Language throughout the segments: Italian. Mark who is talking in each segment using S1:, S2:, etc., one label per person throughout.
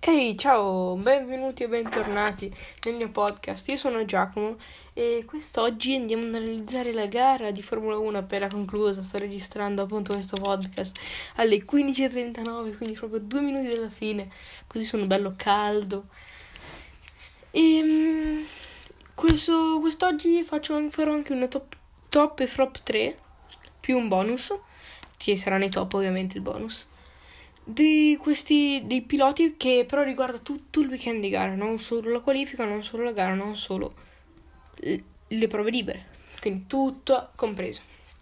S1: Ehi, ciao, benvenuti e bentornati nel mio podcast. Io sono Giacomo e quest'oggi andiamo ad analizzare la gara di Formula 1 appena conclusa. Sto registrando appunto questo podcast alle 15:39, quindi proprio 2 minuti dalla fine, così sono bello caldo. E quest'oggi farò anche una top e flop 3 più un bonus, che sarà nei top ovviamente il bonus dei piloti, che però riguarda tutto il weekend di gara, non solo la qualifica, non solo la gara, non solo le prove libere, quindi tutto compreso.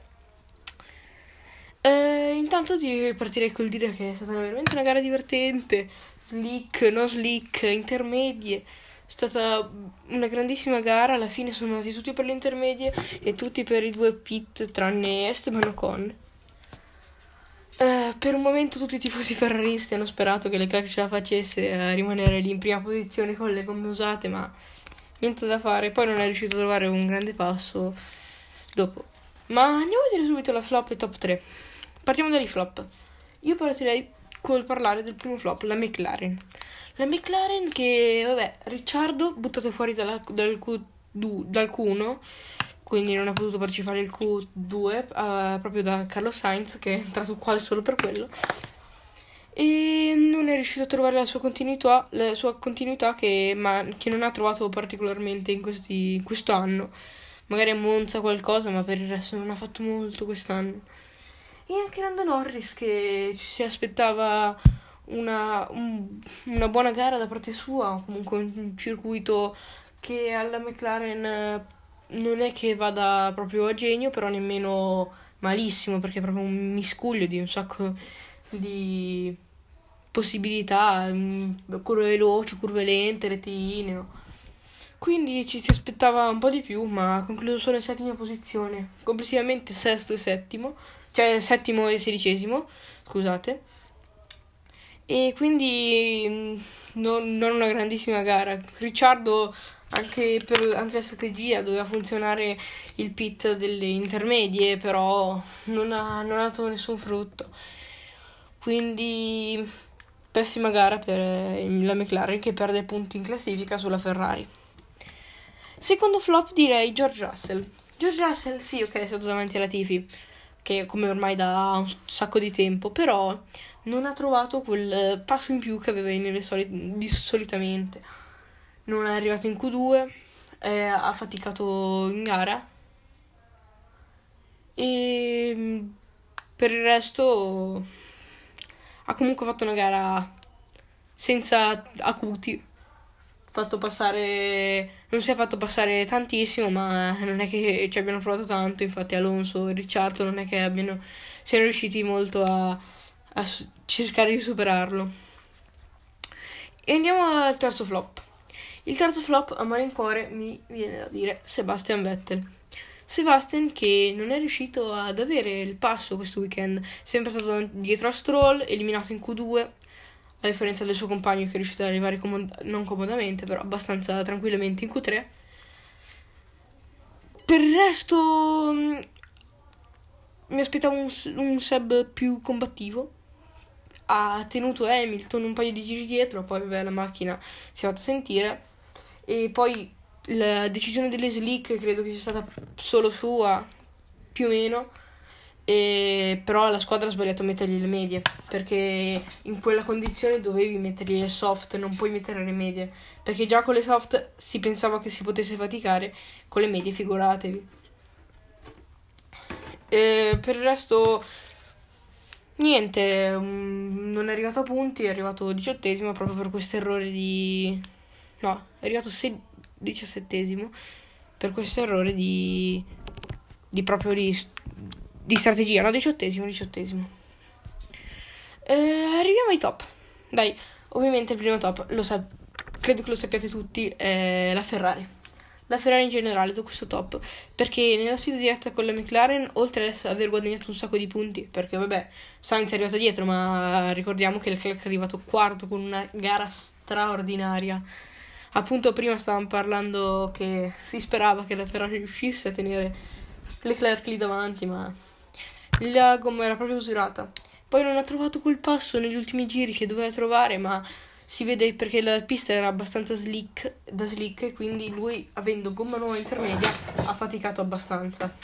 S1: Intanto partirei col dire che è stata veramente una gara divertente, slick, no slick, intermedie. È stata una grandissima gara, alla fine sono andati tutti per le intermedie e tutti per i 2 pit tranne Esteban Ocon. Per un momento tutti i tifosi ferraristi hanno sperato che Leclerc ce la facesse a rimanere lì in prima posizione con le gomme usate, ma niente da fare. Poi non è riuscito a trovare un grande passo dopo. Ma andiamo a vedere subito la flop e top 3. Partiamo dai flop. Io partirei col parlare del primo flop, la McLaren. La McLaren che, vabbè, Ricciardo buttato fuori dal Q1, quindi non ha potuto partecipare al Q2 proprio da Carlos Sainz, che è entrato quasi solo per quello, e non è riuscito a trovare la sua continuità che non ha trovato particolarmente in questo anno. Magari a Monza qualcosa, ma per il resto non ha fatto molto quest'anno. E anche Lando Norris, che ci si aspettava una buona gara da parte sua, comunque un circuito che alla McLaren non è che vada proprio a genio, però nemmeno malissimo, perché è proprio un miscuglio di un sacco di possibilità, curve veloci, curve lente, rettilineo. Quindi ci si aspettava un po' di più, ma ha concluso solo in settima posizione, complessivamente sesto e settimo, cioè settimo e sedicesimo, scusate. E quindi non una grandissima gara. Ricciardo anche la strategia doveva funzionare il pit delle intermedie, però non ha dato nessun frutto. Quindi pessima gara per la McLaren, che perde punti in classifica sulla Ferrari. Secondo flop direi George Russell. George Russell sì, ok, è stato davanti alla Latifi, che come ormai da un sacco di tempo, però non ha trovato quel passo in più che aveva solitamente. Non è arrivato in Q2, ha faticato in gara e per il resto ha comunque fatto una gara senza acuti. Non si è fatto passare tantissimo, ma non è che ci abbiano provato tanto. Infatti Alonso e Ricciardo non è che siano riusciti molto a cercare di superarlo. E andiamo al terzo flop. Il terzo flop, a malincuore, mi viene da dire Sebastian Vettel. Sebastian che non è riuscito ad avere il passo questo weekend, sempre stato dietro a Stroll, eliminato in Q2, a differenza del suo compagno che è riuscito ad arrivare non comodamente, però abbastanza tranquillamente in Q3. Per il resto mi aspettavo un Seb più combattivo. Ha tenuto Hamilton un paio di giri dietro, poi vabbè, la macchina si è fatta sentire. E poi la decisione delle slick credo che sia stata solo sua, più o meno. Però la squadra ha sbagliato a mettergli le medie, perché in quella condizione dovevi mettergli le soft, non puoi mettere le medie, perché già con le soft si pensava che si potesse faticare, con le medie figuratevi. Per il resto niente, non è arrivato a punti, è arrivato 18esimo proprio per questo errore no, è arrivato 17esimo per questo errore di strategia, no, 18esimo. Arriviamo ai top. Dai, ovviamente il primo top, credo che lo sappiate tutti, è la Ferrari. La Ferrari in generale da questo top, perché nella sfida diretta con la McLaren, oltre ad aver guadagnato un sacco di punti, perché vabbè, Sainz è arrivato dietro, ma ricordiamo che Leclerc è arrivato quarto con una gara straordinaria. Appunto prima stavamo parlando che si sperava che la Ferrari riuscisse a tenere Leclerc lì davanti, ma la gomma era proprio usurata. Poi non ha trovato quel passo negli ultimi giri che doveva trovare, ma si vede perché la pista era abbastanza slick, e quindi lui, avendo gomma nuova intermedia, ha faticato abbastanza.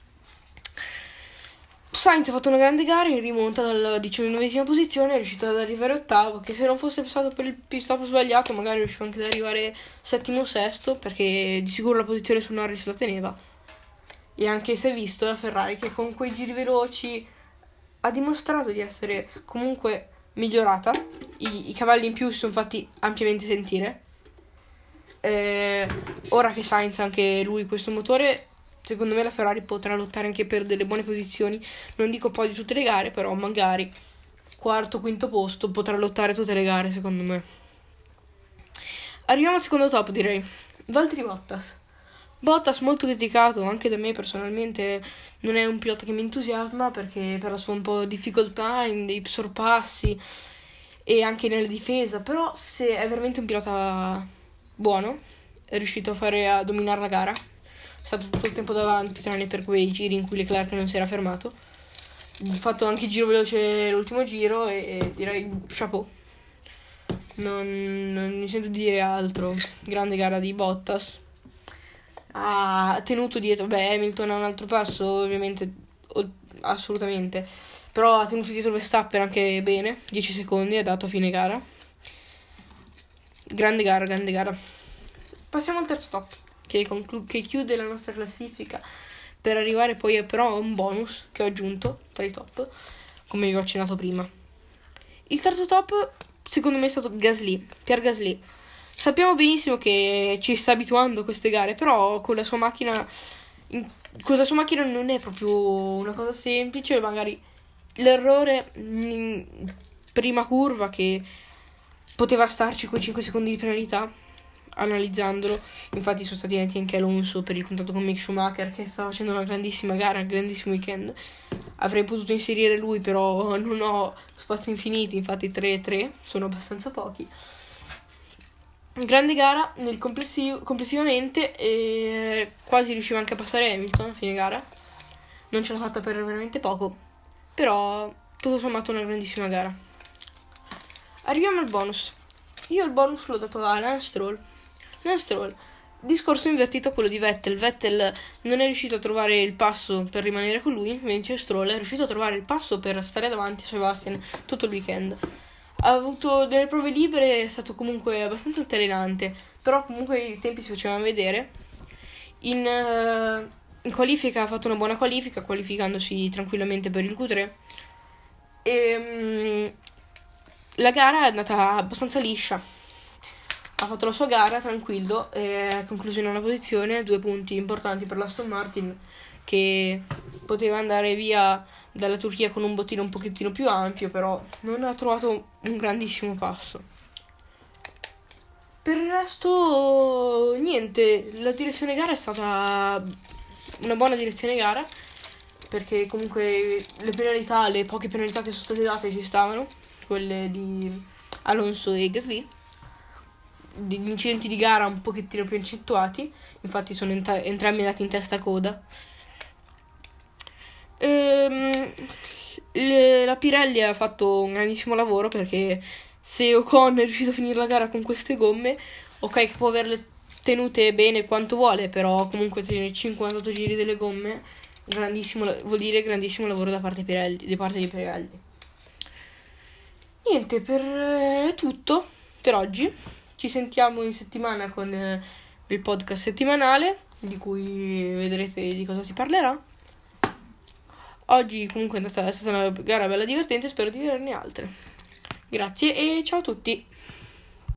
S1: Sainz ha fatto una grande gara in rimonta dalla 19ª posizione, è riuscito ad arrivare ottavo, che se non fosse passato per il pit stop sbagliato magari riusciva anche ad arrivare settimo o sesto, perché di sicuro la posizione su Norris la teneva. E anche si è visto la Ferrari che con quei giri veloci ha dimostrato di essere comunque migliorata. I cavalli in più si sono fatti ampiamente sentire. Ora che Sainz ha anche lui questo motore, secondo me la Ferrari potrà lottare anche per delle buone posizioni. Non dico poi di tutte le gare, però magari quarto, quinto posto potrà lottare tutte le gare, secondo me. Arriviamo al secondo top, direi. Valtteri Bottas molto criticato anche da me personalmente, non è un pilota che mi entusiasma perché per la sua un po' difficoltà in dei sorpassi e anche nella difesa, però se è veramente un pilota buono, è riuscito a dominare la gara, è stato tutto il tempo davanti tranne per quei giri in cui Leclerc non si era fermato, ha fatto anche il giro veloce l'ultimo giro e direi chapeau, non mi sento di dire altro. Grande gara di Bottas, ha tenuto dietro, Hamilton a un altro passo ovviamente, assolutamente, però ha tenuto dietro Verstappen anche bene, 10 secondi, ha dato a fine gara. Grande gara. Passiamo al terzo top, che chiude la nostra classifica, per arrivare poi però a un bonus che ho aggiunto tra i top, come vi ho accennato prima. Il terzo top secondo me è stato Pierre Gasly. Sappiamo benissimo che ci sta abituando a queste gare, però con la sua macchina non è proprio una cosa semplice. Magari l'errore in prima curva, che poteva starci quei 5 secondi di penalità, analizzandolo. Infatti sono stati anche Alonso per il contatto con Mick Schumacher, che stava facendo una grandissima gara, un grandissimo weekend. Avrei potuto inserire lui, però non ho spazi infiniti, infatti 3-3 sono abbastanza pochi. Grande gara complessivamente, e quasi riusciva anche a passare Hamilton a fine gara. Non ce l'ha fatta per veramente poco, però tutto sommato una grandissima gara. Arriviamo al bonus. Io il bonus l'ho dato a Lance Stroll. Discorso invertito a quello di Vettel non è riuscito a trovare il passo per rimanere con lui, mentre Stroll è riuscito a trovare il passo per stare davanti a Sebastian tutto il weekend. Ha avuto delle prove libere, è stato comunque abbastanza altalenante, però comunque i tempi si facevano vedere. In qualifica ha fatto una buona qualifica, qualificandosi tranquillamente per il Q3. E la gara è andata abbastanza liscia. Ha fatto la sua gara tranquillo e ha concluso in una posizione, 2 punti importanti per l'Aston Martin, che poteva andare via dalla Turchia con un bottino un pochettino più ampio, però non ha trovato un grandissimo passo. Per il resto niente, la direzione gara è stata una buona direzione gara, perché comunque le poche penalità che sono state date ci stavano, quelle di Alonso e Gasly. Degli incidenti di gara un pochettino più accentuati, infatti sono entrambi andati in testa a coda. La Pirelli ha fatto un grandissimo lavoro, perché se Ocon è riuscito a finire la gara con queste gomme, ok che può averle tenute bene quanto vuole, però comunque tenere 58 giri delle gomme vuol dire grandissimo lavoro da parte di Pirelli. Niente, è tutto per oggi. Ci sentiamo in settimana con il podcast settimanale, di cui vedrete di cosa si parlerà. Oggi comunque è stata una gara bella divertente, spero di vederne altre. Grazie e ciao a tutti!